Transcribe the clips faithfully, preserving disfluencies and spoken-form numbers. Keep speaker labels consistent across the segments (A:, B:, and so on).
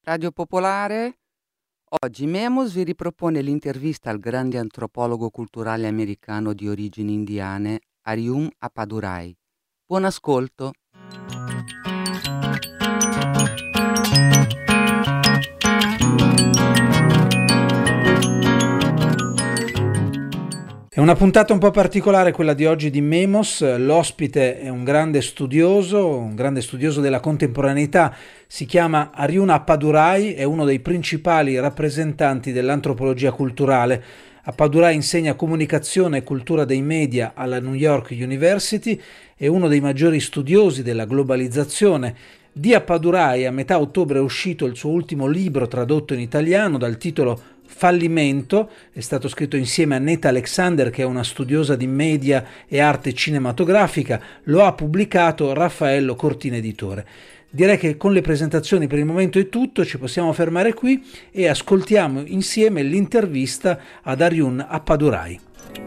A: Radio Popolare. Oggi Memos vi ripropone l'intervista al grande antropologo culturale americano di origini indiane, Aryun Appadurai. Buon ascolto.
B: È una puntata un po' particolare quella di oggi di Memos. L'ospite è un grande studioso, un grande studioso della contemporaneità, si chiama Aryun Appadurai, è uno dei principali rappresentanti dell'antropologia culturale. Appadurai insegna comunicazione e cultura dei media alla New York University, è uno dei maggiori studiosi della globalizzazione. Di Appadurai a metà ottobre è uscito il suo ultimo libro tradotto in italiano dal titolo Fallimento, è stato scritto insieme a Neta Alexander, che è una studiosa di media e arte cinematografica, lo ha pubblicato Raffaello Cortina Editore. Direi che con le presentazioni per il momento è tutto, ci possiamo fermare qui e ascoltiamo insieme l'intervista ad Aryun Appadurai.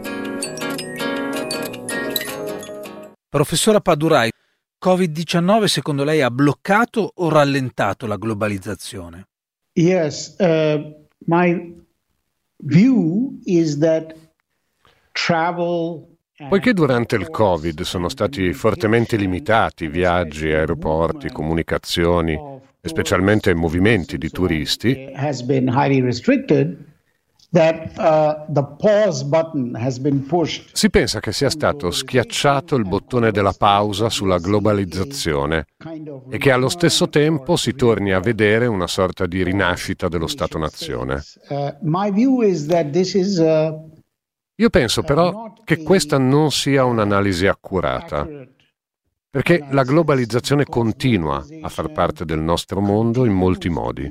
B: Professor Appadurai, covid diciannove secondo lei ha bloccato o rallentato la globalizzazione?
C: Yes, uh... My view is that travel.
D: Poiché durante il Covid sono stati fortemente limitati viaggi, aeroporti, comunicazioni e specialmente movimenti di turisti,
C: Has been highly restricted. That uh, the pause button has been pushed.
D: Si pensa che sia stato schiacciato il bottone della pausa sulla globalizzazione e che allo stesso tempo si torni a vedere una sorta di rinascita dello Stato-nazione. Io penso però che questa non sia un'analisi accurata, perché la globalizzazione continua a far parte del nostro mondo in molti modi.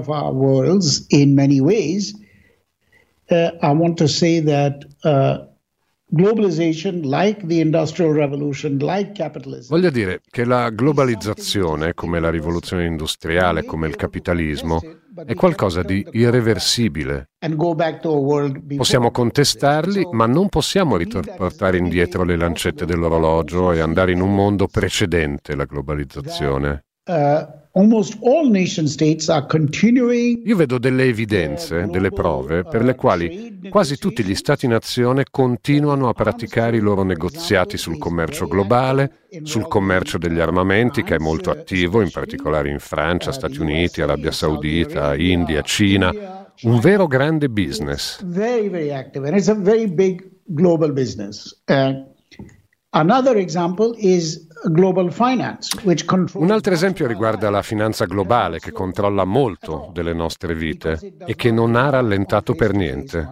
C: Uh, I want to say that uh, globalization, like the Industrial Revolution, like capitalism.
D: Voglio dire che la globalizzazione, come la rivoluzione industriale, come il capitalismo, è qualcosa di irreversibile. Possiamo contestarli, ma non possiamo riportare indietro le lancette dell'orologio e andare in un mondo precedente la globalizzazione.
C: Uh, almost all nation states are continuing.
D: Io vedo delle evidenze, delle prove per le quali quasi tutti gli stati-nazione continuano a praticare i loro negoziati sul commercio globale, sul commercio degli armamenti, che è molto attivo, in particolare in Francia, Stati Uniti, Arabia Saudita, India, Cina, un vero grande business.
C: Very, very active, and it's a very big global business. Uh, another example is global finance, which controls.
D: Un altro esempio riguarda la finanza globale, che controlla molto delle nostre vite e che non ha rallentato per niente.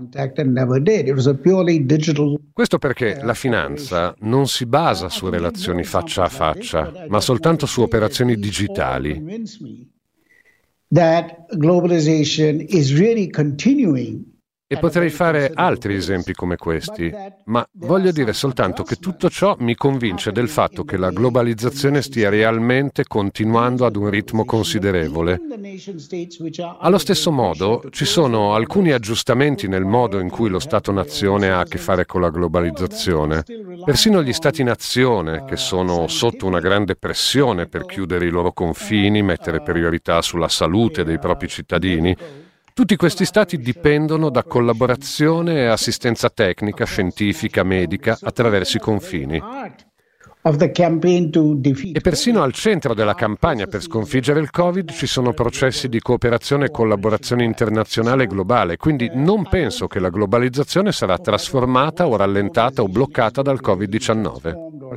D: Questo perché la finanza non si basa su relazioni faccia a faccia, ma soltanto su operazioni digitali.
C: That globalization is really continuing.
D: E potrei fare altri esempi come questi, ma voglio dire soltanto che tutto ciò mi convince del fatto che la globalizzazione stia realmente continuando ad un ritmo considerevole. Allo stesso modo, ci sono alcuni aggiustamenti nel modo in cui lo Stato-nazione ha a che fare con la globalizzazione. Persino gli Stati-nazione, che sono sotto una grande pressione per chiudere i loro confini, mettere priorità sulla salute dei propri cittadini, tutti questi stati dipendono da collaborazione e assistenza tecnica, scientifica, medica attraverso i confini. E persino al centro della campagna per sconfiggere il Covid ci sono processi di cooperazione e collaborazione internazionale e globale, quindi non penso che la globalizzazione sarà trasformata o rallentata o bloccata dal covid diciannove.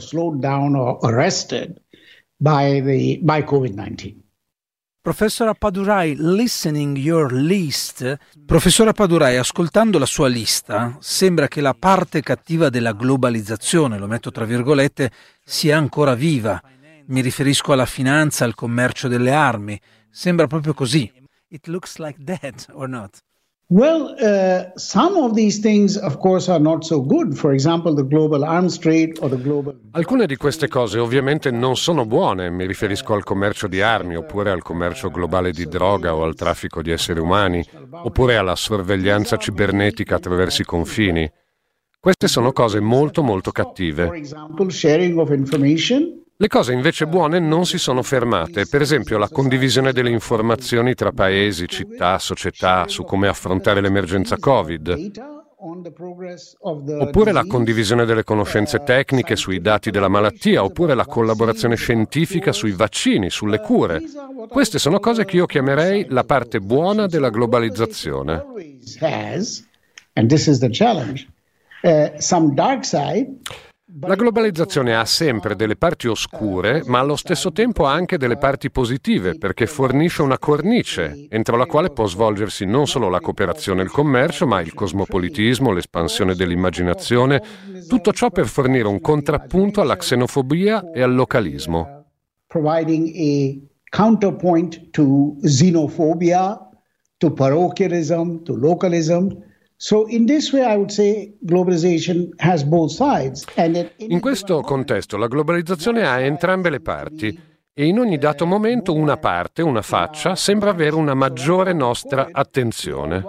B: Professor Appadurai, listening your list. Professor Appadurai, ascoltando la sua lista, sembra che la parte cattiva della globalizzazione, lo metto tra virgolette, sia ancora viva. Mi riferisco alla finanza, al commercio delle armi. Sembra proprio così. It looks like that, or not?
C: Well, uh, some of these things, of course, are not so good. For example, the global arms trade or the global.
D: Alcune di queste cose ovviamente non sono buone, mi riferisco al commercio di armi, oppure al commercio globale di droga o al traffico di esseri umani, oppure alla sorveglianza cibernetica attraverso i confini. Queste sono cose molto molto cattive.
C: For example, sharing of information.
D: Le cose invece buone non si sono fermate, per esempio la condivisione delle informazioni tra paesi, città, società su come affrontare l'emergenza Covid, oppure la condivisione delle conoscenze tecniche sui dati della malattia, oppure la collaborazione scientifica sui vaccini, sulle cure. Queste sono cose che io chiamerei la parte buona della globalizzazione.
C: And this is the challenge. Uh, some dark side.
D: La globalizzazione ha sempre delle parti oscure, ma allo stesso tempo ha anche delle parti positive, perché fornisce una cornice entro la quale può svolgersi non solo la cooperazione e il commercio, ma il cosmopolitismo, l'espansione dell'immaginazione, tutto ciò per fornire un contrappunto alla xenofobia e al localismo.
C: Providing a counterpoint to xenophobia, to parochialism, to localism. So in this way I would say globalization has both sides. And it,
D: in questo contesto la globalizzazione ha entrambe le parti e in ogni dato momento una parte, una faccia, sembra avere una maggiore nostra attenzione.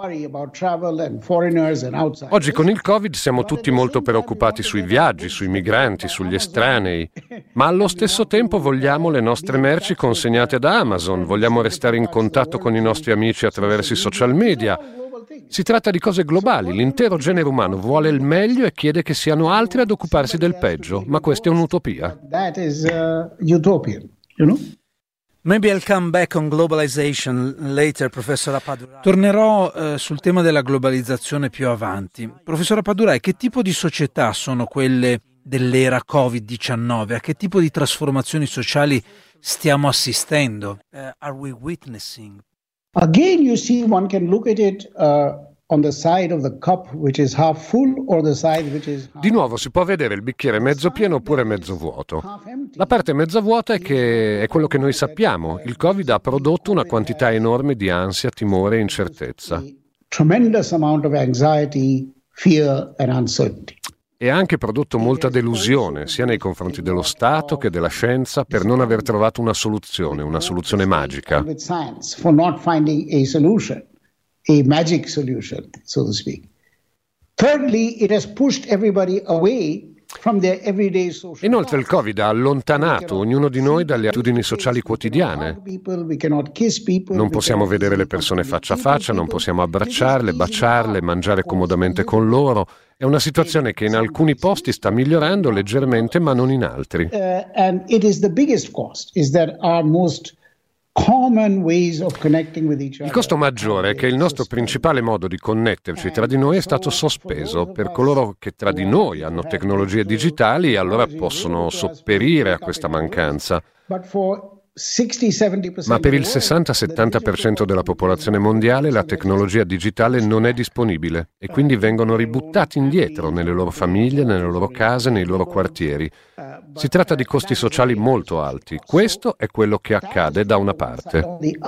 D: Oggi con il Covid siamo tutti molto preoccupati sui viaggi, sui migranti, sugli estranei, ma allo stesso tempo vogliamo le nostre merci consegnate da Amazon, vogliamo restare in contatto con i nostri amici attraverso i social media. Si tratta di cose globali, l'intero genere umano vuole il meglio e chiede che siano altri ad occuparsi del peggio, ma questa è un'utopia.
C: That is uh, utopian, you know?
B: Maybe I'll come back on globalization later, professor Appadurai. Tornerò eh, sul tema della globalizzazione più avanti. Professor Appadurai, che tipo di società sono quelle dell'era covid diciannove? A che tipo di trasformazioni sociali stiamo assistendo? Uh, are we witnessing?
C: Again, you see, one can look at it uh, on the side of the cup which is half full or the side which is half.
D: Di nuovo si può vedere il bicchiere mezzo pieno oppure mezzo vuoto. La parte mezza vuota è che è quello che noi sappiamo. Il Covid ha prodotto una quantità enorme di ansia, timore e incertezza.
C: Tremendous amount of anxiety, fear and uncertainty.
D: E ha anche prodotto molta delusione, sia nei confronti dello Stato che della scienza, per non aver trovato una soluzione, una soluzione magica.
C: For not finding a solution, a magic solution, so to speak. Thirdly, it has pushed everybody away from their everyday social.
D: Inoltre il Covid ha allontanato ognuno di noi dalle abitudini sociali quotidiane. Non possiamo vedere le persone faccia a faccia, non possiamo abbracciarle, baciarle, mangiare comodamente con loro. È una situazione che in alcuni posti sta migliorando leggermente, ma non in altri.
C: Uh, and it is the biggest cost, is that our most common ways of connecting with each other.
D: Il costo maggiore è che il nostro principale modo di connetterci tra di noi è stato sospeso. Per coloro che tra di noi hanno tecnologie digitali, allora possono sopperire a questa mancanza. Ma per il sessanta settanta per cento della popolazione mondiale la tecnologia digitale non è disponibile e quindi vengono ributtati indietro nelle loro famiglie, nelle loro case, nei loro quartieri. Si tratta di costi sociali molto alti. Questo è quello che accade da una parte.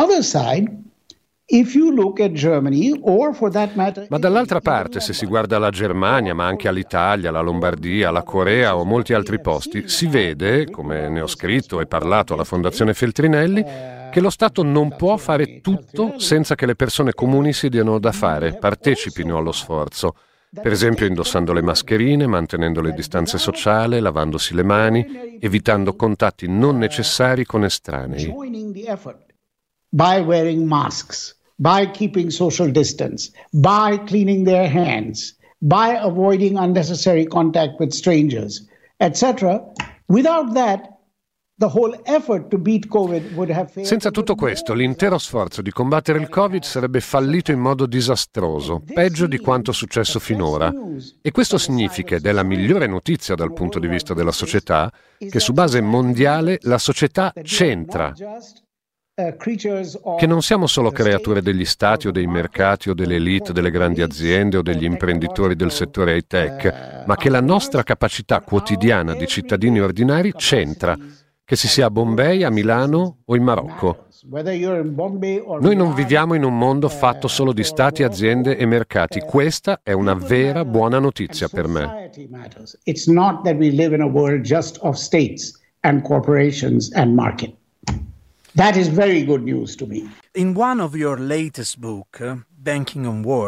D: Ma dall'altra parte, se si guarda la Germania, ma anche all'Italia, la Lombardia, la Corea o molti altri posti, si vede, come ne ho scritto e parlato alla Fondazione Feltrinelli, che lo Stato non può fare tutto senza che le persone comuni si diano da fare, partecipino allo sforzo. Per esempio indossando le mascherine, mantenendo le distanze sociali, lavandosi le mani, evitando contatti non necessari con estranei.
C: By wearing masks, by keeping social distance, by cleaning their hands, by avoiding unnecessary contact with strangers, et cetera. Without that, the whole effort to beat COVID would have failed.
D: Senza tutto questo, l'intero sforzo di combattere il Covid sarebbe fallito in modo disastroso, peggio di quanto successo finora. E questo significa, ed è la migliore notizia dal punto di vista della società, che su base mondiale la società c'entra. Che non siamo solo creature degli stati o dei mercati o delle elite, delle grandi aziende o degli imprenditori del settore high-tech, ma che la nostra capacità quotidiana di cittadini ordinari c'entra, che si sia a Bombay, a Milano o in Marocco. Noi non viviamo in un mondo fatto solo di stati, aziende e mercati. Questa è una vera buona notizia per me.
C: It's not that we live in a world just of states and corporations and market. That is very good news to me.
B: In one of your latest book, Banking on Words,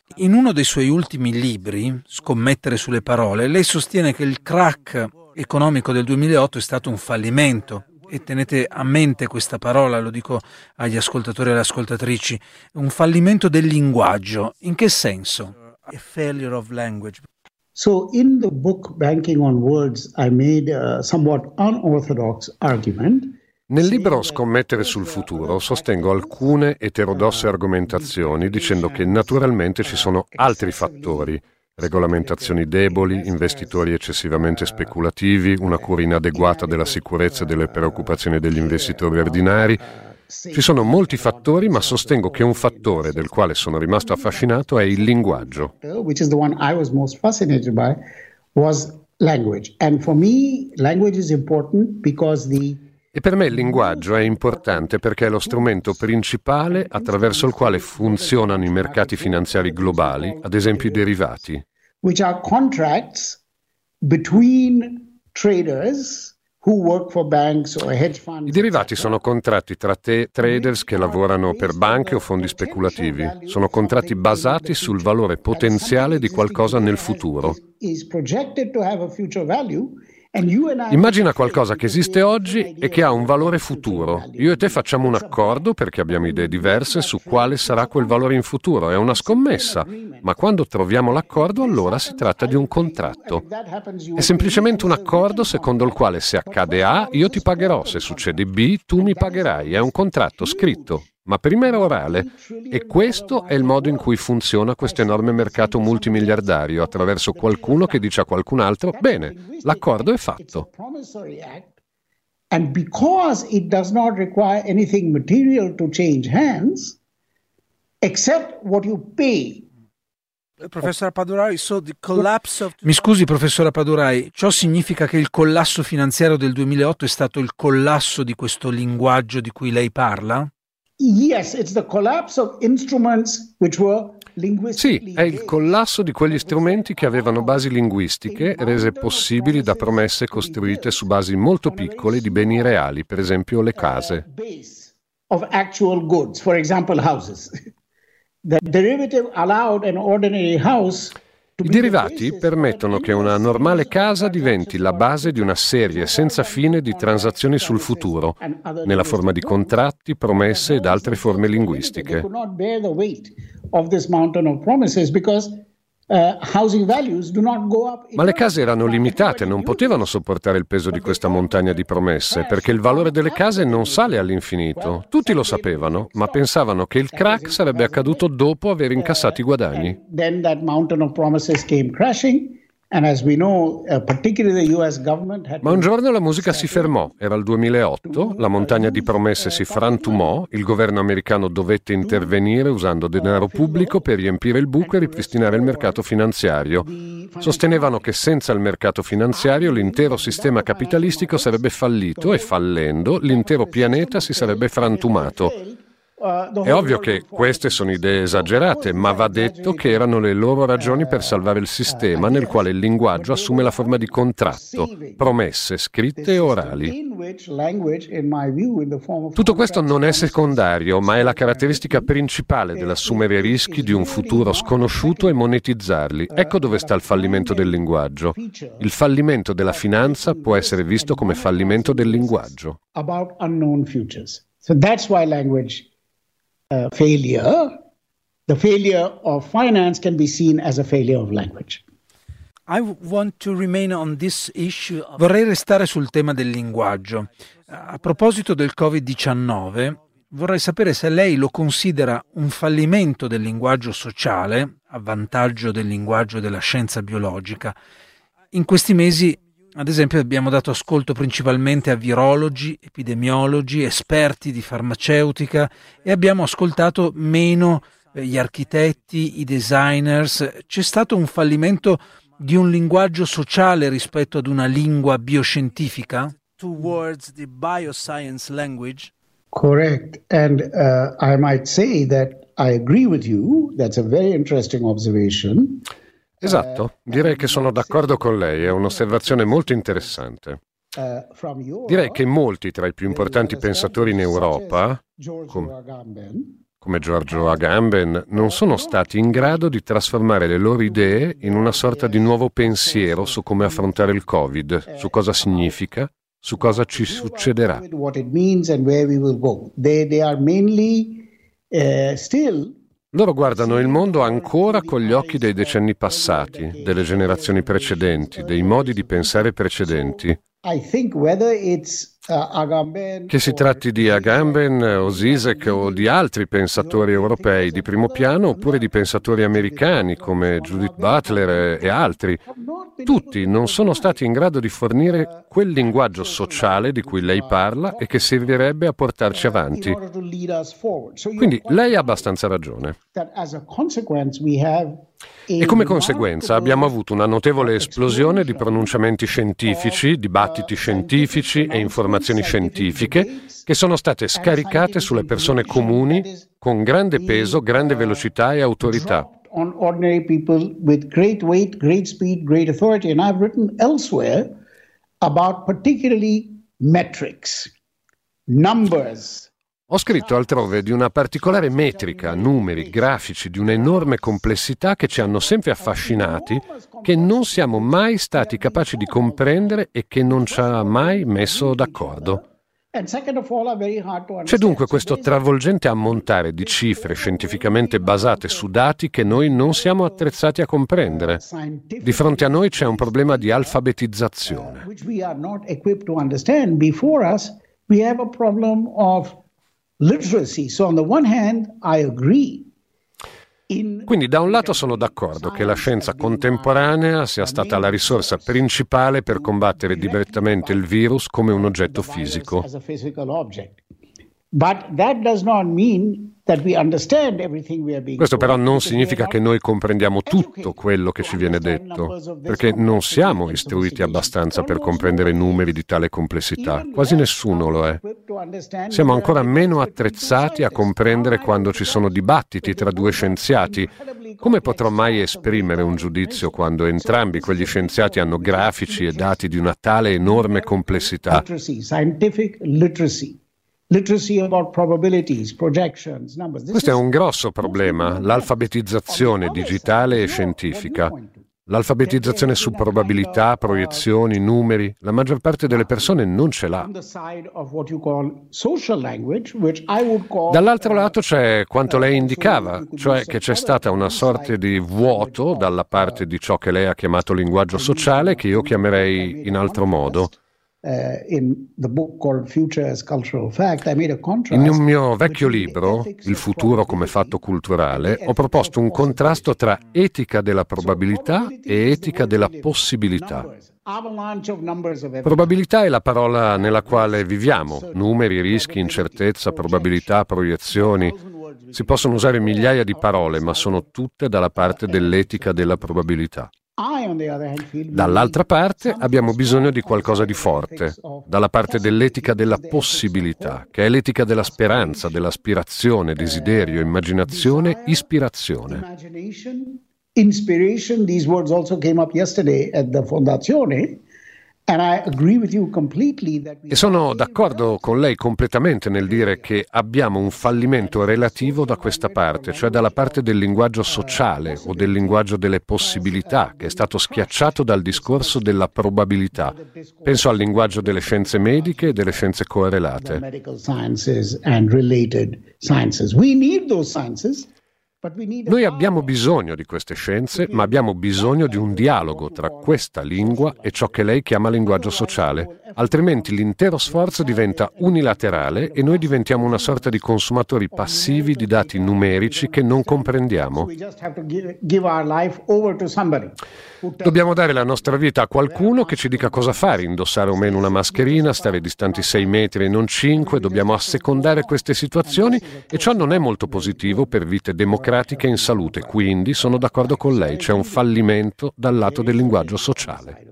B: In uno dei suoi ultimi libri, Scommettere sulle parole, lei sostiene che il crack economico del duemilaotto è stato un fallimento. E tenete a mente questa parola, lo dico agli ascoltatori e alle ascoltatrici, un fallimento del linguaggio. In che senso? A failure of language.
C: So in the book Banking on Words, I made a somewhat unorthodox argument.
D: Nel libro Scommettere sul futuro sostengo alcune eterodosse argomentazioni dicendo che naturalmente ci sono altri fattori, regolamentazioni deboli, investitori eccessivamente speculativi, una cura inadeguata della sicurezza e delle preoccupazioni degli investitori ordinari. Ci sono molti fattori, ma sostengo che un fattore del quale sono rimasto affascinato è il linguaggio.
C: Which is the one I was most fascinated by, was language. And for me, language is important because the
D: E per me il linguaggio è importante perché è lo strumento principale attraverso il quale funzionano i mercati finanziari globali, ad esempio i derivati.
C: Which are contracts between traders who work for banks or hedge funds.
D: I derivati sono contratti tra te, traders che lavorano per banche o fondi speculativi. Sono contratti basati sul valore potenziale di qualcosa nel futuro.
C: Is projected to have a future value.
D: Immagina qualcosa che esiste oggi e che ha un valore futuro. Io e te facciamo un accordo perché abbiamo idee diverse su quale sarà quel valore in futuro. È una scommessa, ma quando troviamo l'accordo allora si tratta di un contratto. È semplicemente un accordo secondo il quale se accade A io ti pagherò, se succede B tu mi pagherai. È un contratto scritto, ma prima era orale. E questo è il modo in cui funziona questo enorme mercato multimiliardario, attraverso qualcuno che dice a qualcun altro: bene, l'accordo è fatto.
C: And because it does not require anything material to change hands, except what you pay.
B: Professor Appadurai, so the collapse of... Mi scusi, professor Appadurai, ciò significa che il collasso finanziario del duemilaotto è stato il collasso di questo linguaggio di cui lei parla?
C: Yes, it's the collapse of instruments which were linguistically.
D: Sì, è il collasso di quegli strumenti che avevano basi linguistiche rese possibili da promesse costruite su basi molto piccole di beni reali, per esempio le case.
C: Of actual goods, for example, houses. The derivative allowed an ordinary house.
D: I derivati permettono che una normale casa diventi la base di una serie senza fine di transazioni sul futuro, nella forma di contratti, promesse ed altre forme linguistiche. Ma le case erano limitate, non potevano sopportare il peso di questa montagna di promesse, perché il valore delle case non sale all'infinito. Tutti lo sapevano, ma pensavano che il crack sarebbe accaduto dopo aver incassato i guadagni. Ma un giorno la musica si fermò, era il duemilaotto, la montagna di promesse si frantumò, il governo americano dovette intervenire usando denaro pubblico per riempire il buco e ripristinare il mercato finanziario. Sostenevano che senza il mercato finanziario l'intero sistema capitalistico sarebbe fallito e fallendo l'intero pianeta si sarebbe frantumato. È ovvio che queste sono idee esagerate, ma va detto che erano le loro ragioni per salvare il sistema nel quale il linguaggio assume la forma di contratto, promesse scritte e orali. Tutto questo non è secondario, ma è la caratteristica principale dell'assumere rischi di un futuro sconosciuto e monetizzarli. Ecco dove sta il fallimento del linguaggio. Il fallimento della finanza può essere visto come fallimento del linguaggio.
C: So that's why language Uh, failure, the failure of finance can be seen as a failure of language.
B: I want to remain on this issue. Vorrei restare sul tema del linguaggio. A proposito del covid diciannove, vorrei sapere se lei lo considera un fallimento del linguaggio sociale, a vantaggio del linguaggio della scienza biologica. In questi mesi, ad esempio, abbiamo dato ascolto principalmente a virologi, epidemiologi, esperti di farmaceutica e abbiamo ascoltato meno gli architetti, i designers. C'è stato un fallimento di un linguaggio sociale rispetto ad una lingua bioscientifica? Towards the bioscience language?
C: Correct. And uh, I might say that I agree with you. That's a very interesting observation.
D: Esatto, direi che sono d'accordo con lei, è un'osservazione molto interessante. Direi che molti tra i più importanti pensatori in Europa, come, come Giorgio Agamben, non sono stati in grado di trasformare le loro idee in una sorta di nuovo pensiero su come affrontare il Covid, su cosa significa, su cosa ci succederà. Loro guardano il mondo ancora con gli occhi dei decenni passati, delle generazioni precedenti, dei modi di pensare precedenti. Che si tratti di Agamben o Zizek o di altri pensatori europei di primo piano oppure di pensatori americani come Judith Butler e altri, tutti non sono stati in grado di fornire quel linguaggio sociale di cui lei parla e che servirebbe a portarci avanti. Quindi lei ha abbastanza ragione. E come conseguenza abbiamo avuto una notevole esplosione di pronunciamenti scientifici, dibattiti scientifici e informazioni scientifiche che sono state scaricate sulle persone comuni con grande peso, grande velocità e autorità.
C: On ordinary people with great weight, great speed, great authority. And I've written elsewhere about particularly metrics, numbers.
D: Ho scritto altrove di una particolare metrica, numeri, grafici, di un'enorme complessità che ci hanno sempre affascinati, che non siamo mai stati capaci di comprendere e che non ci ha mai messo d'accordo. C'è dunque questo travolgente ammontare di cifre scientificamente basate su dati che noi non siamo attrezzati a comprendere. Di fronte a noi c'è un problema di alfabetizzazione.
C: Literacy. So on the one hand, I agree.
D: Quindi da un lato sono d'accordo che la scienza contemporanea sia stata la risorsa principale per combattere direttamente il virus come un oggetto fisico. Questo però non significa che noi comprendiamo tutto quello che ci viene detto, perché non siamo istruiti abbastanza per comprendere numeri di tale complessità. Quasi nessuno lo è. Siamo ancora meno attrezzati a comprendere quando ci sono dibattiti tra due scienziati. Come potrò mai esprimere un giudizio quando entrambi quegli scienziati hanno grafici e dati di una tale enorme complessità? Questo è un grosso problema, l'alfabetizzazione digitale e scientifica. L'alfabetizzazione su probabilità, proiezioni, numeri, la maggior parte delle persone non ce l'ha. Dall'altro lato c'è quanto lei indicava, cioè che c'è stata una sorta di vuoto dalla parte di ciò che lei ha chiamato linguaggio sociale, che io chiamerei in altro modo. In un mio vecchio libro, Il futuro come fatto culturale, ho proposto un contrasto tra etica della probabilità e etica della possibilità. Probabilità è la parola nella quale viviamo. Numeri, rischi, incertezza, probabilità, proiezioni. Si possono usare migliaia di parole, ma sono tutte dalla parte dell'etica della probabilità. Dall'altra parte abbiamo bisogno di qualcosa di forte, dalla parte dell'etica della possibilità, che è l'etica della speranza, dell'aspirazione, desiderio, immaginazione, ispirazione.
C: Inspiration, these words also came up yesterday at the Fondazione.
D: E sono d'accordo con lei completamente nel dire che abbiamo un fallimento relativo da questa parte, cioè dalla parte del linguaggio sociale o del linguaggio delle possibilità, che è stato schiacciato dal discorso della probabilità. Penso al linguaggio delle scienze mediche e delle scienze correlate. Noi abbiamo bisogno di queste scienze, ma abbiamo bisogno di un dialogo tra questa lingua e ciò che lei chiama linguaggio sociale. Altrimenti l'intero sforzo diventa unilaterale e noi diventiamo una sorta di consumatori passivi di dati numerici che non comprendiamo. Dobbiamo dare la nostra vita a qualcuno che ci dica cosa fare, indossare o meno una mascherina, stare distanti sei metri e non cinque. Dobbiamo assecondare queste situazioni e ciò non è molto positivo per vite democratiche in salute. Quindi sono d'accordo con lei, c'è un fallimento dal lato del linguaggio sociale.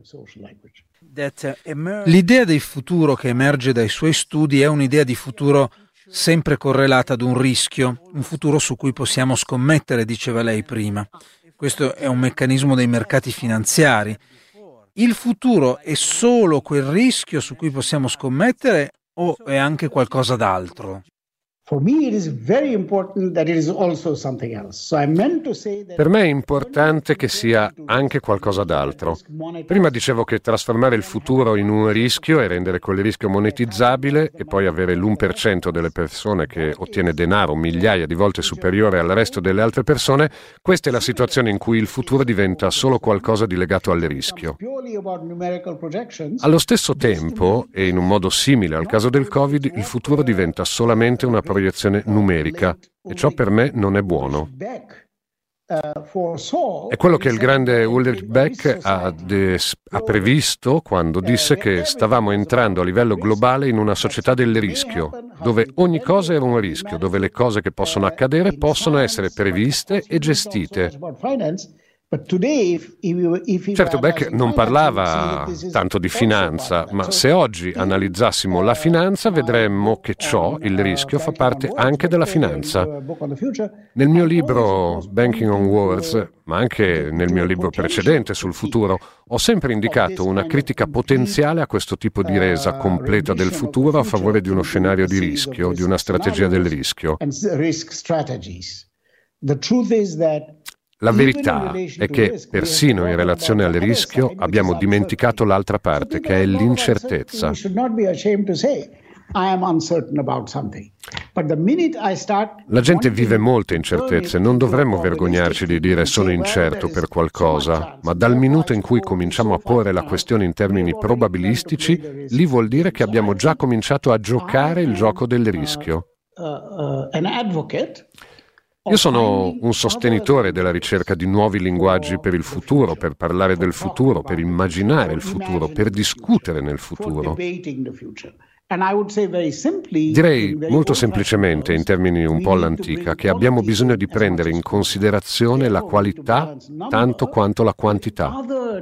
B: L'idea del futuro che emerge dai suoi studi è un'idea di futuro sempre correlata ad un rischio, un futuro su cui possiamo scommettere, diceva lei prima. Questo è un meccanismo dei mercati finanziari. Il futuro è solo quel rischio su cui possiamo scommettere o è anche qualcosa d'altro?
D: Per me è importante che sia anche qualcosa d'altro. Prima dicevo che trasformare il futuro in un rischio e rendere quel rischio monetizzabile e poi avere l'uno per cento delle persone che ottiene denaro migliaia di volte superiore al resto delle altre persone, questa è la situazione in cui il futuro diventa solo qualcosa di legato al rischio. Allo stesso tempo, e in un modo simile al caso del Covid, il futuro diventa solamente una proiezione numerica e ciò per me non è buono. È quello che il grande Ulrich Beck ha, de- ha previsto quando disse che stavamo entrando a livello globale in una società del rischio, dove ogni cosa era un rischio, dove le cose che possono accadere possono essere previste e gestite. Certo, Beck non parlava tanto di finanza, ma se oggi analizzassimo la finanza vedremmo che ciò, il rischio, fa parte anche della finanza. Nel mio libro Banking on Words, ma anche nel mio libro precedente sul futuro, ho sempre indicato una critica potenziale a questo tipo di resa completa del futuro a favore di uno scenario di rischio, di una strategia del rischio. La verità è che persino in relazione al rischio abbiamo dimenticato l'altra parte, che è l'incertezza. La gente vive molte incertezze, non dovremmo vergognarci di dire sono incerto per qualcosa, ma dal minuto in cui cominciamo a porre la questione in termini probabilistici, lì vuol dire che abbiamo già cominciato a giocare il gioco del rischio. Io sono un sostenitore della ricerca di nuovi linguaggi per il futuro, per parlare del futuro, per immaginare il futuro, per discutere nel futuro. Direi molto semplicemente, in termini un po' all'antica, che abbiamo bisogno di prendere in considerazione la qualità tanto quanto la quantità.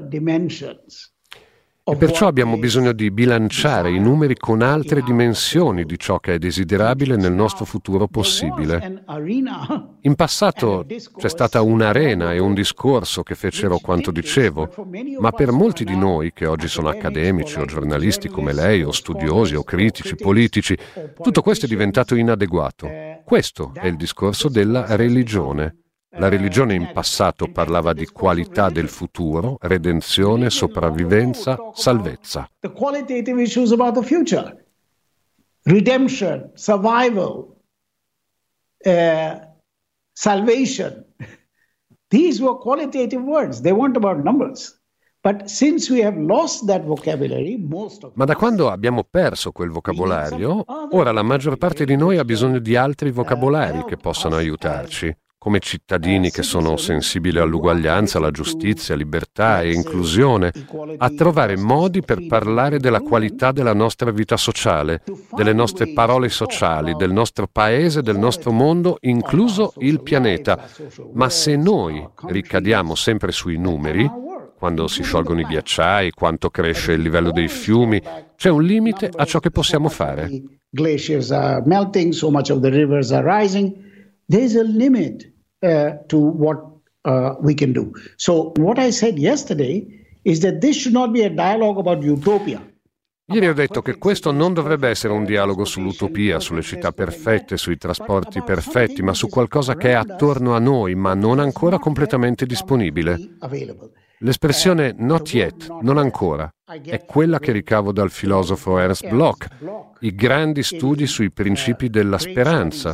D: E perciò abbiamo bisogno di bilanciare i numeri con altre dimensioni di ciò che è desiderabile nel nostro futuro possibile. In passato c'è stata un'arena e un discorso che fecero quanto dicevo, ma per molti di noi, che oggi sono accademici o giornalisti come lei, o studiosi o critici politici, tutto questo è diventato inadeguato. Questo è il discorso della religione. La religione in passato parlava di qualità del futuro, redenzione, sopravvivenza, salvezza.
C: The qualitative issues about the future. Redemption, survival, uh, salvation. These were qualitative words. They weren't about numbers. But since we have lost that vocabulary, most of
D: Ma da quando abbiamo perso quel vocabolario, ora la maggior parte di noi ha bisogno di altri vocabolari che possano aiutarci. Come cittadini che sono sensibili all'uguaglianza, alla giustizia, libertà e inclusione, a trovare modi per parlare della qualità della nostra vita sociale, delle nostre parole sociali, del nostro paese, del nostro mondo, incluso il pianeta. Ma se noi ricadiamo sempre sui numeri, quando si sciolgono i ghiacciai, quanto cresce il livello dei fiumi, c'è un limite a ciò che possiamo fare.
C: Glaciers are melting, so much of the rivers are rising. There's a limit uh, to what uh, we can do. So what I said yesterday is that this should not be a dialogue about utopia.
D: Ieri ho detto che questo non dovrebbe essere un dialogo sull'utopia, sulle città perfette, sui trasporti perfetti, ma su qualcosa che è attorno a noi, ma non ancora completamente disponibile. L'espressione not yet, non ancora, è quella che ricavo dal filosofo Ernst Bloch, i grandi studi sui principi della speranza.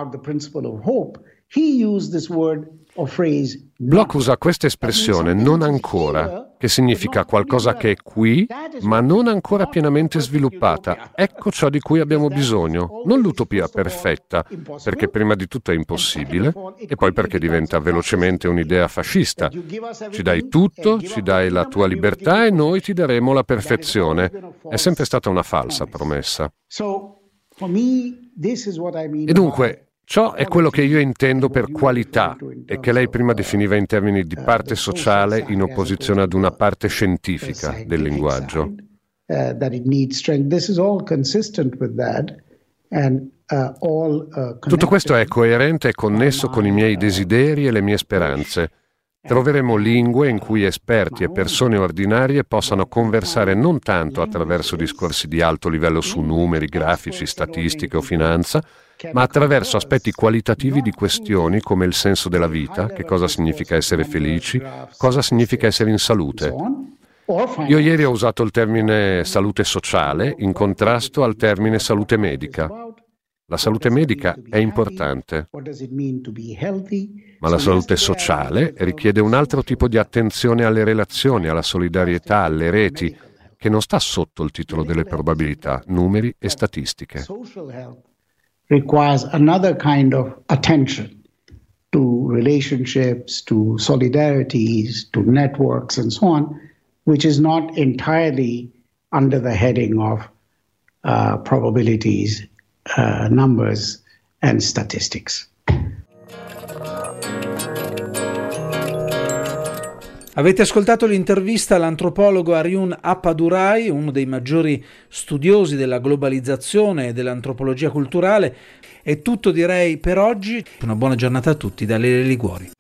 D: Bloch usa questa espressione non ancora, che significa qualcosa che è qui, ma non ancora pienamente sviluppata. Ecco ciò di cui abbiamo bisogno, non l'utopia perfetta, perché prima di tutto è impossibile e poi perché diventa velocemente un'idea fascista. Ci dai tutto, ci dai la tua libertà e noi ti daremo la perfezione. È sempre stata una falsa promessa. E dunque, ciò è quello che io intendo per qualità e che lei prima definiva in termini di parte sociale in opposizione ad una parte scientifica del linguaggio. Tutto questo è coerente e connesso con i miei desideri e le mie speranze. Troveremo lingue in cui esperti e persone ordinarie possano conversare non tanto attraverso discorsi di alto livello su numeri, grafici, statistiche o finanza, ma attraverso aspetti qualitativi di questioni come il senso della vita, che cosa significa essere felici, cosa significa essere in salute. Io ieri ho usato il termine salute sociale in contrasto al termine salute medica. La salute medica è importante, ma la salute sociale richiede un altro tipo di attenzione alle relazioni, alla solidarietà, alle reti, che non sta sotto il titolo delle probabilità, numeri e statistiche.
C: Requires another kind of attention to relationships, to solidarities, to networks and so on, which is not entirely under the heading of uh, probabilities, uh, numbers and statistics.
B: Avete ascoltato l'intervista all'antropologo Aryun Appadurai, uno dei maggiori studiosi della globalizzazione e dell'antropologia culturale. È tutto, direi, per oggi. Una buona giornata a tutti da Lele Liguori.